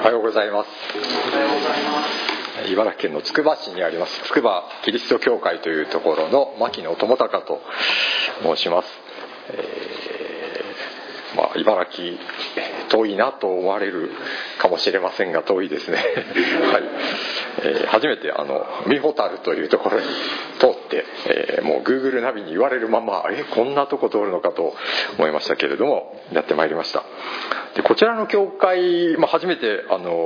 おはようございます。茨城県のつくば市にありますつくばキリスト教会というところの牧野智隆と申します。茨城遠いなと思われるかもしれませんが遠いですね、はい初めて三保樽というところに通って、もう Google ナビに言われるままこんなとこ通るのかと思いましたけれどもやってまいりました。でこちらの教会、初めて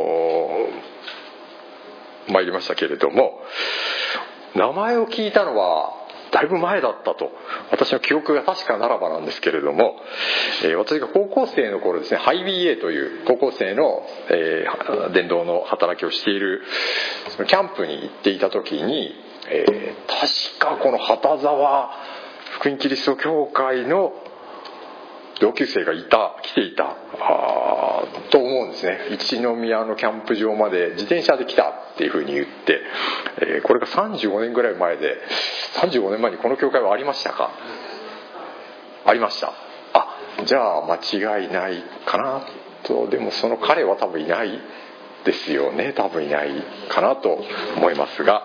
参りましたけれども、名前を聞いたのはだいぶ前だったと私の記憶が確かならばなんですけれども、私が高校生の頃ですね、ハイ BA という高校生の、伝道の働きをしているそのキャンプに行っていた時に、確かこの畑沢福音キリスト教会の同級生が来ていたと思うんですね。一宮のキャンプ場まで自転車で来たっていうふうに言って、これが35年ぐらい前で、35年前にこの教会はありましたか？ありました。じゃあ間違いないかなと。でもその彼は多分いないですよね。多分いないかなと思いますが、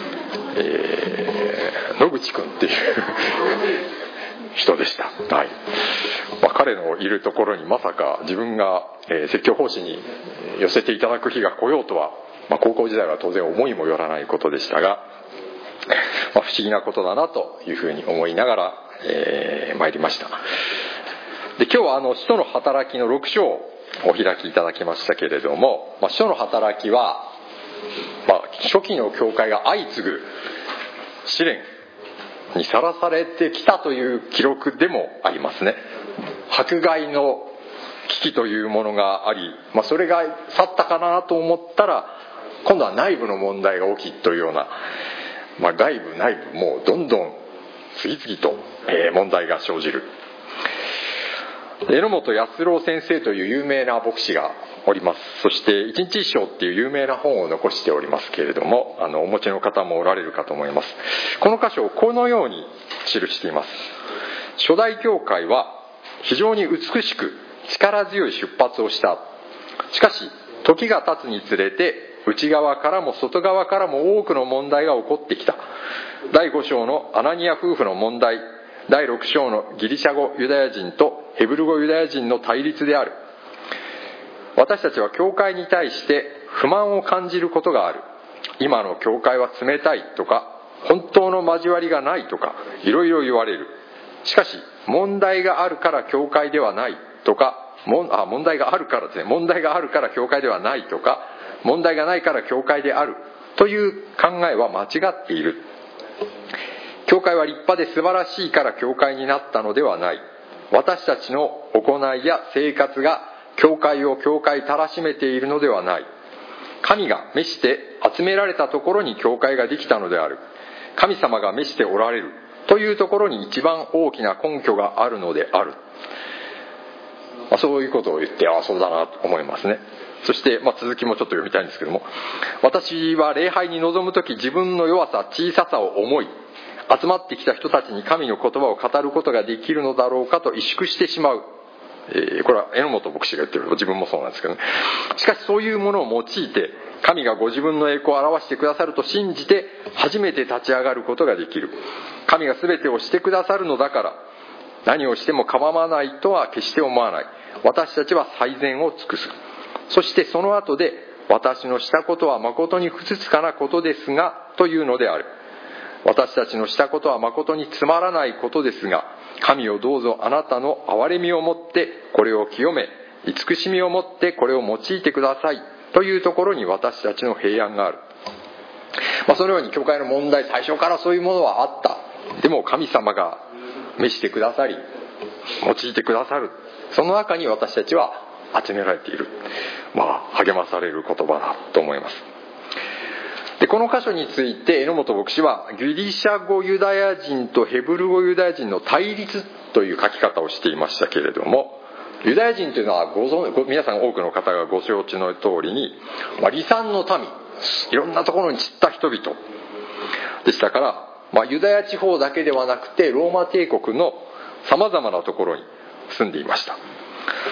野口くんっていう人でした。はい。彼のいるところにまさか自分が説教奉仕に寄せていただく日が来ようとは、高校時代は当然思いもよらないことでしたが、不思議なことだなというふうに思いながら、参りました。で今日は使徒の働きの6章をお開きいただきましたけれども、使徒の働きは、初期の教会が相次ぐ試練にさらされてきたという記録でもありますね。迫害の危機というものがあり、それが去ったかなと思ったら今度は内部の問題が起きというような、外部内部もうどんどん次々と問題が生じる。榎本康郎先生という有名な牧師がおります。そして一日一章っていう有名な本を残しておりますけれども、お持ちの方もおられるかと思います。この箇所をこのように記しています。初代教会は非常に美しく力強い出発をした。しかし時が経つにつれて内側からも外側からも多くの問題が起こってきた。第5章のアナニア夫婦の問題、第6章のギリシャ語ユダヤ人とヘブル語ユダヤ人の対立である。私たちは教会に対して不満を感じることがある。今の教会は冷たいとか、本当の交わりがないとか、いろいろ言われる。しかし問題があるから教会ではないとか、問題があるからですね、問題があるから教会ではないとか、問題がないから教会であるという考えは間違っている。教会は立派で素晴らしいから教会になったのではない。私たちの行いや生活が教会を教会たらしめているのではない。神が召して集められたところに教会ができたのである。神様が召しておられるというところに一番大きな根拠があるのである。そういうことを言って、そうだなと思いますね。そして、続きもちょっと読みたいんですけども、私は礼拝に臨むとき自分の弱さ小ささを思い、集まってきた人たちに神の言葉を語ることができるのだろうかと萎縮してしまう。これは榎本牧師が言ってる。自分もそうなんですけどね。しかしそういうものを用いて神がご自分の栄光を表してくださると信じて初めて立ち上がることができる。神が全てをしてくださるのだから何をしても構わないとは決して思わない。私たちは最善を尽くす。そしてその後で私のしたことは誠に不つかなことですがというのである。私たちのしたことは誠につまらないことですが、神をどうぞあなたの憐れみをもってこれを清め、慈しみをもってこれを用いてくださいというところに私たちの平安がある。そのように教会の問題、最初からそういうものはあった。でも神様が召してくださり用いてくださる。その中に私たちは集められている。励まされる言葉だと思います。でこの箇所について榎本牧師はギリシャ語ユダヤ人とヘブル語ユダヤ人の対立という書き方をしていましたけれども、ユダヤ人というのは皆さん多くの方がご承知の通りに、離散の民、いろんなところに散った人々でしたから、ユダヤ地方だけではなくてローマ帝国のさまざまなところに住んでいました。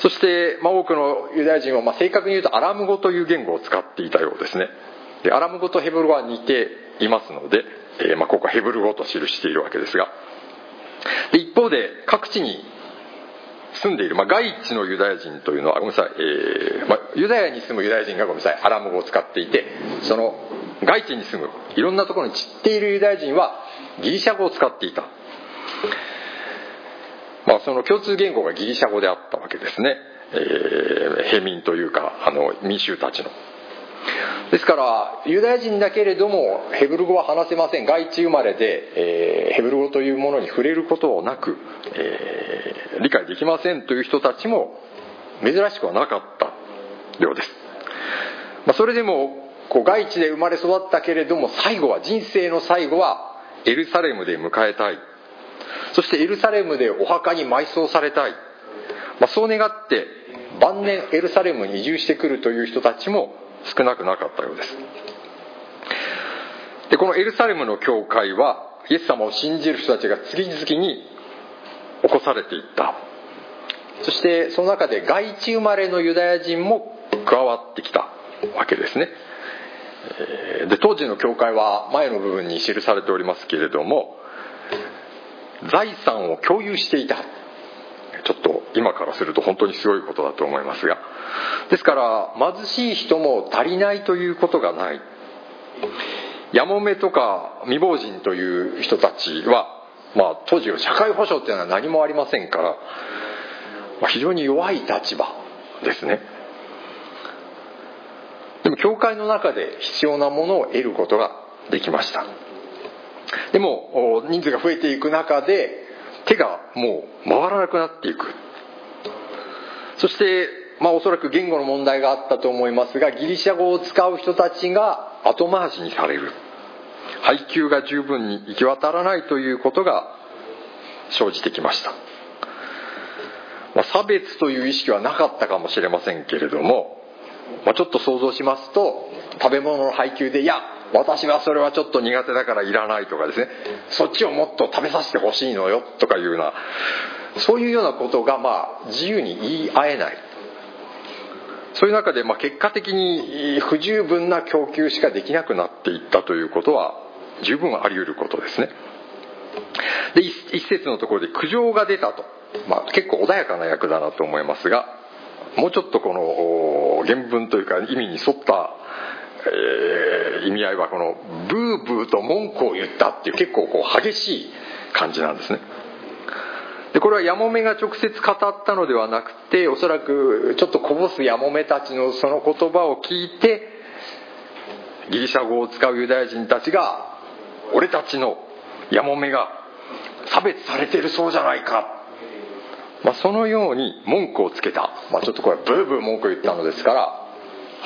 そして、多くのユダヤ人は、正確に言うとアラム語という言語を使っていたようですね。でアラム語とヘブル語は似ていますので、ここはヘブル語と記しているわけですが、で一方で各地に住んでいる、外地のユダヤ人というのはユダヤに住むユダヤ人がアラム語を使っていて、その外地に住むいろんなところに散っているユダヤ人はギリシャ語を使っていた。その共通言語がギリシャ語であったわけですね。平民というか民衆たちの。ですからユダヤ人だけれどもヘブル語は話せません、外地生まれで、ヘブル語というものに触れることなく、理解できませんという人たちも珍しくはなかったようです。それでも外地で生まれ育ったけれども、人生の最後はエルサレムで迎えたい、そしてエルサレムでお墓に埋葬されたい、そう願って晩年エルサレムに移住してくるという人たちも少なくなかったようです。でこのエルサレムの教会はイエス様を信じる人たちが次々に起こされていった。そしてその中で外地生まれのユダヤ人も加わってきたわけですね。で当時の教会は前の部分に記されておりますけれども、財産を共有していた。ちょっと今からすると本当にすごいことだと思いますが、ですから貧しい人も足りないということがない。やもめとか未亡人という人たちは、当時は社会保障というのは何もありませんから、非常に弱い立場ですね。でも教会の中で必要なものを得ることができました。でも人数が増えていく中で手がもう回らなくなっていく。そしておそらく言語の問題があったと思いますが、ギリシャ語を使う人たちが後回しにされる、配給が十分に行き渡らないということが生じてきました。差別という意識はなかったかもしれませんけれども、ちょっと想像しますと、食べ物の配給で私はそれはちょっと苦手だからいらないとかですね、そっちをもっと食べさせてほしいのよとかいうような、そういうようなことが自由に言い合えない。そういう中で結果的に不十分な供給しかできなくなっていったということは十分あり得ることですね。で一節のところで苦情が出たと、結構穏やかな訳だなと思いますが、もうちょっとこの原文というか意味に沿った意味合いは、このブーブーと文句を言ったっていう結構激しい感じなんですね。でこれはやもめが直接語ったのではなくて、おそらくちょっとこぼすやもめたちのその言葉を聞いて、ギリシャ語を使うユダヤ人たちが、俺たちのやもめが差別されているそうじゃないか、そのように文句をつけた、ちょっとこれブーブー文句を言ったのですから、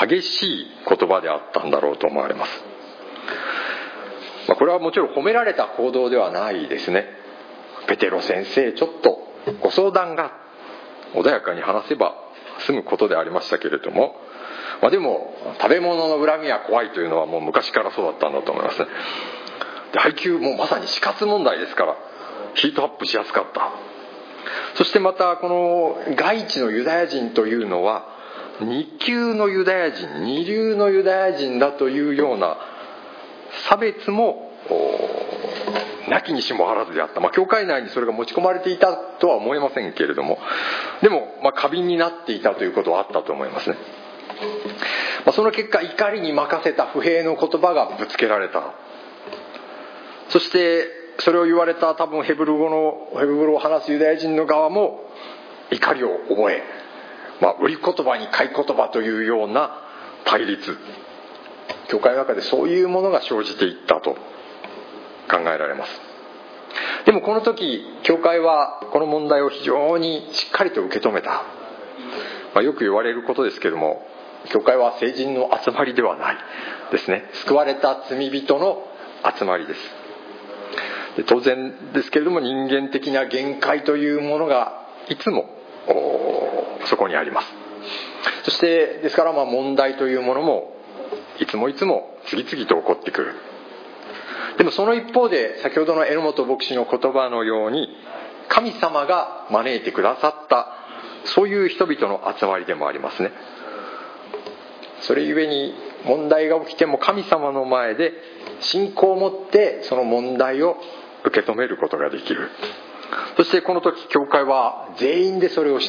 激しい言葉であったんだろうと思われます。これはもちろん褒められた行動ではないですね。ペテロ先生、ちょっとご相談が、穏やかに話せば済むことでありましたけれども、でも食べ物の恨みは怖いというのはもう昔からそうだったんだと思いますね。で配給もまさに死活問題ですからヒートアップしやすかった。そしてまたこの外地のユダヤ人というのは二級のユダヤ人、二流のユダヤ人だというような差別もなきにしもあらずであった。教会内にそれが持ち込まれていたとは思えませんけれども、でも過敏になっていたということはあったと思いますね。その結果、怒りに任せた不平の言葉がぶつけられた。そしてそれを言われた多分ヘブル語を話すユダヤ人の側も怒りを覚え、売り言葉に買い言葉というような対立、教会の中でそういうものが生じていったと考えられます。でもこの時教会はこの問題を非常にしっかりと受け止めた。よく言われることですけれども、教会は聖人の集まりではないですね。救われた罪人の集まりです。で当然ですけれども、人間的な限界というものがいつもそこにあります。そしてですから問題というものもいつも次々と起こってくる。でもその一方で、先ほどの榎本牧師の言葉のように、神様が招いてくださったそういう人々の集まりでもありますね。それゆえに問題が起きても神様の前で信仰を持ってその問題を受け止めることができる。そしてこの時教会は全員でそれをした。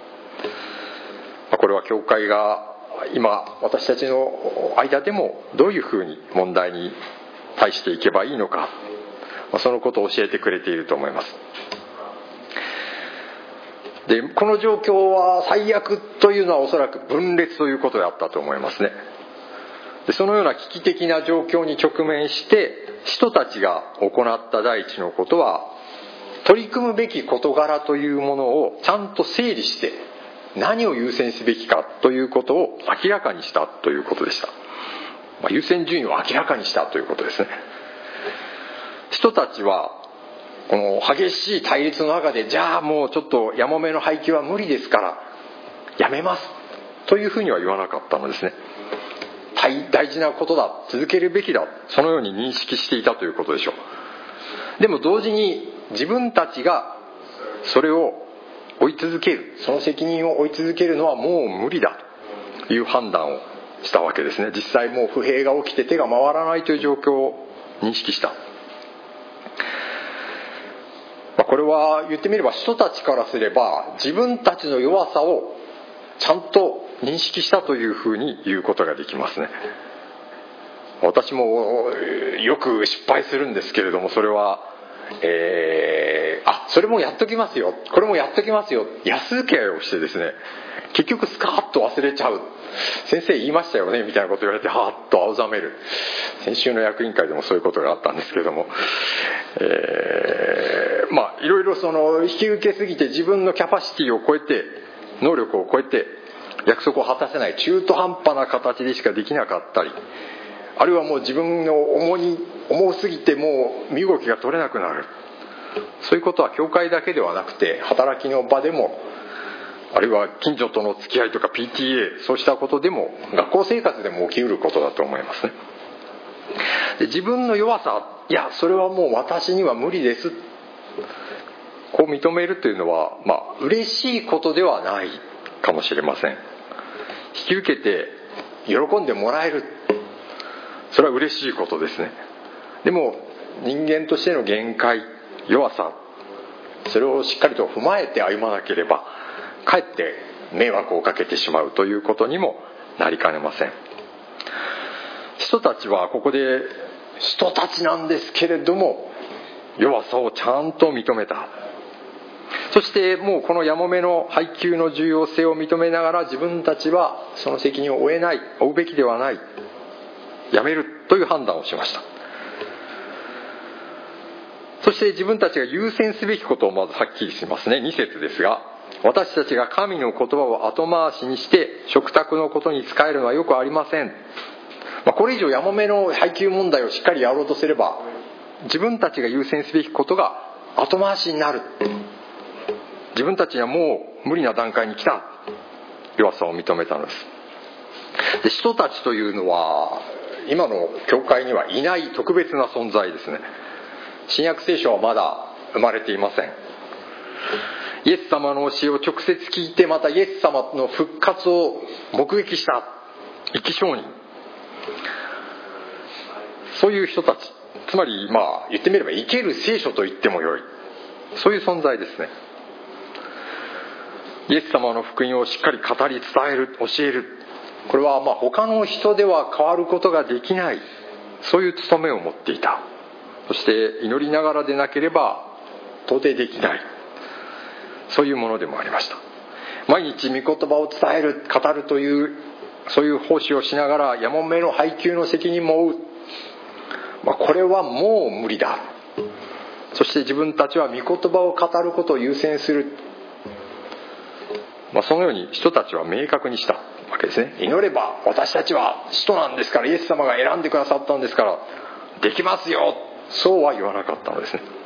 これは教会が今私たちの間でもどういうふうに問題に対していけばいいのか、そのことを教えてくれていると思います。でこの状況は最悪というのはおそらく分裂ということであったと思いますね。でそのような危機的な状況に直面して使徒たちが行った第一のことは、取り組むべき事柄というものをちゃんと整理して何を優先すべきかということを明らかにしたということでした。優先順位を明らかにしたということですね。人たちはこの激しい対立の中で、じゃあもうちょっとやもめの配給は無理ですからやめますというふうには言わなかったのですね。大事なことだ、続けるべきだ、そのように認識していたということでしょう。でも同時に自分たちがそれを追い続ける、その責任を追い続けるのはもう無理だという判断をしたわけですね。実際もう不平が起きて手が回らないという状況を認識した。これは言ってみれば人たちからすれば自分たちの弱さをちゃんと認識したというふうに言うことができますね。私もよく失敗するんですけれども、それはそれもやっときますよ、これもやっときますよ、安請け合いをしてですね、結局スカーッと忘れちゃう。先生言いましたよねみたいなこと言われてはーっと青ざめる。先週の役員会でもそういうことがあったんですけれども、いろいろその引き受けすぎて自分のキャパシティを超えて、能力を超えて約束を果たせない中途半端な形でしかできなかったり、あるいはもう自分の重すぎてもう身動きが取れなくなる。そういうことは教会だけではなくて働きの場でも、あるいは近所との付き合いとか PTA、 そうしたことでも学校生活でも起きうることだと思いますね。で自分の弱さ、いやそれはもう私には無理です、こう認めるというのは嬉しいことではないかもしれません。引き受けて喜んでもらえる、それは嬉しいことですね。でも人間としての限界、弱さ、それをしっかりと踏まえて歩まなければかえって迷惑をかけてしまうということにもなりかねません。人たちはここで人たちなんですけれども弱さをちゃんと認めた。そしてもうこのやもめの配給の重要性を認めながら、自分たちはその責任を負うべきではない、やめるという判断をしました。そして自分たちが優先すべきことをまずはっきりしますね。2節ですが、私たちが神の言葉を後回しにして食卓のことに使えるのはよくありません。これ以上やもめの配給問題をしっかりやろうとすれば、自分たちが優先すべきことが後回しになる。自分たちにはもう無理な段階に来た。弱さを認めたのです。で、人たちというのは今の教会にはいない特別な存在ですね。新約聖書はまだ生まれていません。イエス様の教えを直接聞いて、またイエス様の復活を目撃した生き証人、そういう人たち、つまり言ってみれば生ける聖書と言ってもよい、そういう存在ですね。イエス様の福音をしっかり語り伝える、教える、これは他の人では変わることができない、そういう務めを持っていた。そして祈りながらでなければ到底できない、そういうものでもありました。毎日御言葉を伝える、語るという、そういう奉仕をしながらやもめの配給の責任も負う、これはもう無理だ。そして自分たちは御言葉を語ることを優先する、そのように人たちは明確にしたわけですね。祈れば私たちは使徒なんですから、イエス様が選んでくださったんですからできますよ、そうは言わなかったのですね。